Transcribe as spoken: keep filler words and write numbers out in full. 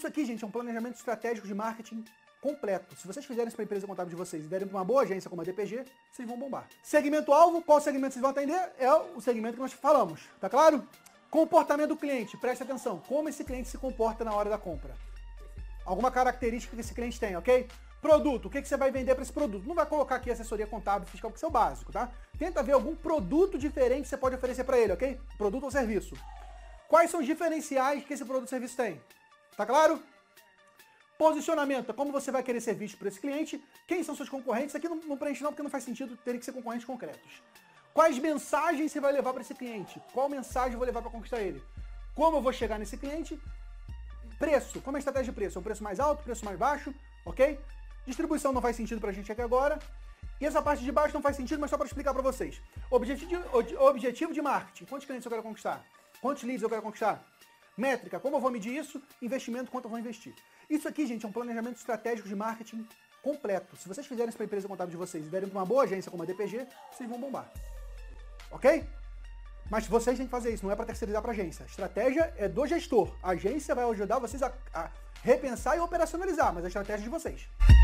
Isso aqui, gente, é um planejamento estratégico de marketing completo. Se vocês fizerem isso para a empresa contábil de vocês e derem para uma boa agência como a D P G, vocês vão bombar. Segmento-alvo, qual segmento vocês vão atender? É o segmento que nós falamos, tá claro? Comportamento do cliente, preste atenção. Como esse cliente se comporta na hora da compra. Alguma característica que esse cliente tem, ok? Produto, o que, que você vai vender para esse produto? Não vai colocar aqui assessoria contábil, fiscal, que isso é o básico, tá? Tenta ver algum produto diferente que você pode oferecer para ele, ok? Produto ou serviço. Quais são os diferenciais que esse produto ou serviço tem? Tá claro? Posicionamento, como você vai querer ser visto por esse cliente, quem são seus concorrentes, isso aqui não, não preenche não, porque não faz sentido, ter que ser concorrentes concretos. Quais mensagens você vai levar para esse cliente? Qual mensagem eu vou levar para conquistar ele? Como eu vou chegar nesse cliente? Preço, como é a estratégia de preço? É um preço mais alto, preço mais baixo, ok? Distribuição não faz sentido pra gente aqui agora. E essa parte de baixo não faz sentido, mas só para explicar para vocês. Objetivo de, objetivo de marketing, quantos clientes eu quero conquistar? Quantos leads eu quero conquistar? Métrica, como eu vou medir isso? Investimento, quanto eu vou investir? Isso aqui, gente, é um planejamento estratégico de marketing completo. Se vocês fizerem isso para a empresa contábil de vocês e derem para uma boa agência como a D P G, vocês vão bombar. Ok? Mas vocês têm que fazer isso, não é para terceirizar para a agência. A estratégia é do gestor. A agência vai ajudar vocês a, a repensar e operacionalizar, mas a estratégia é de vocês.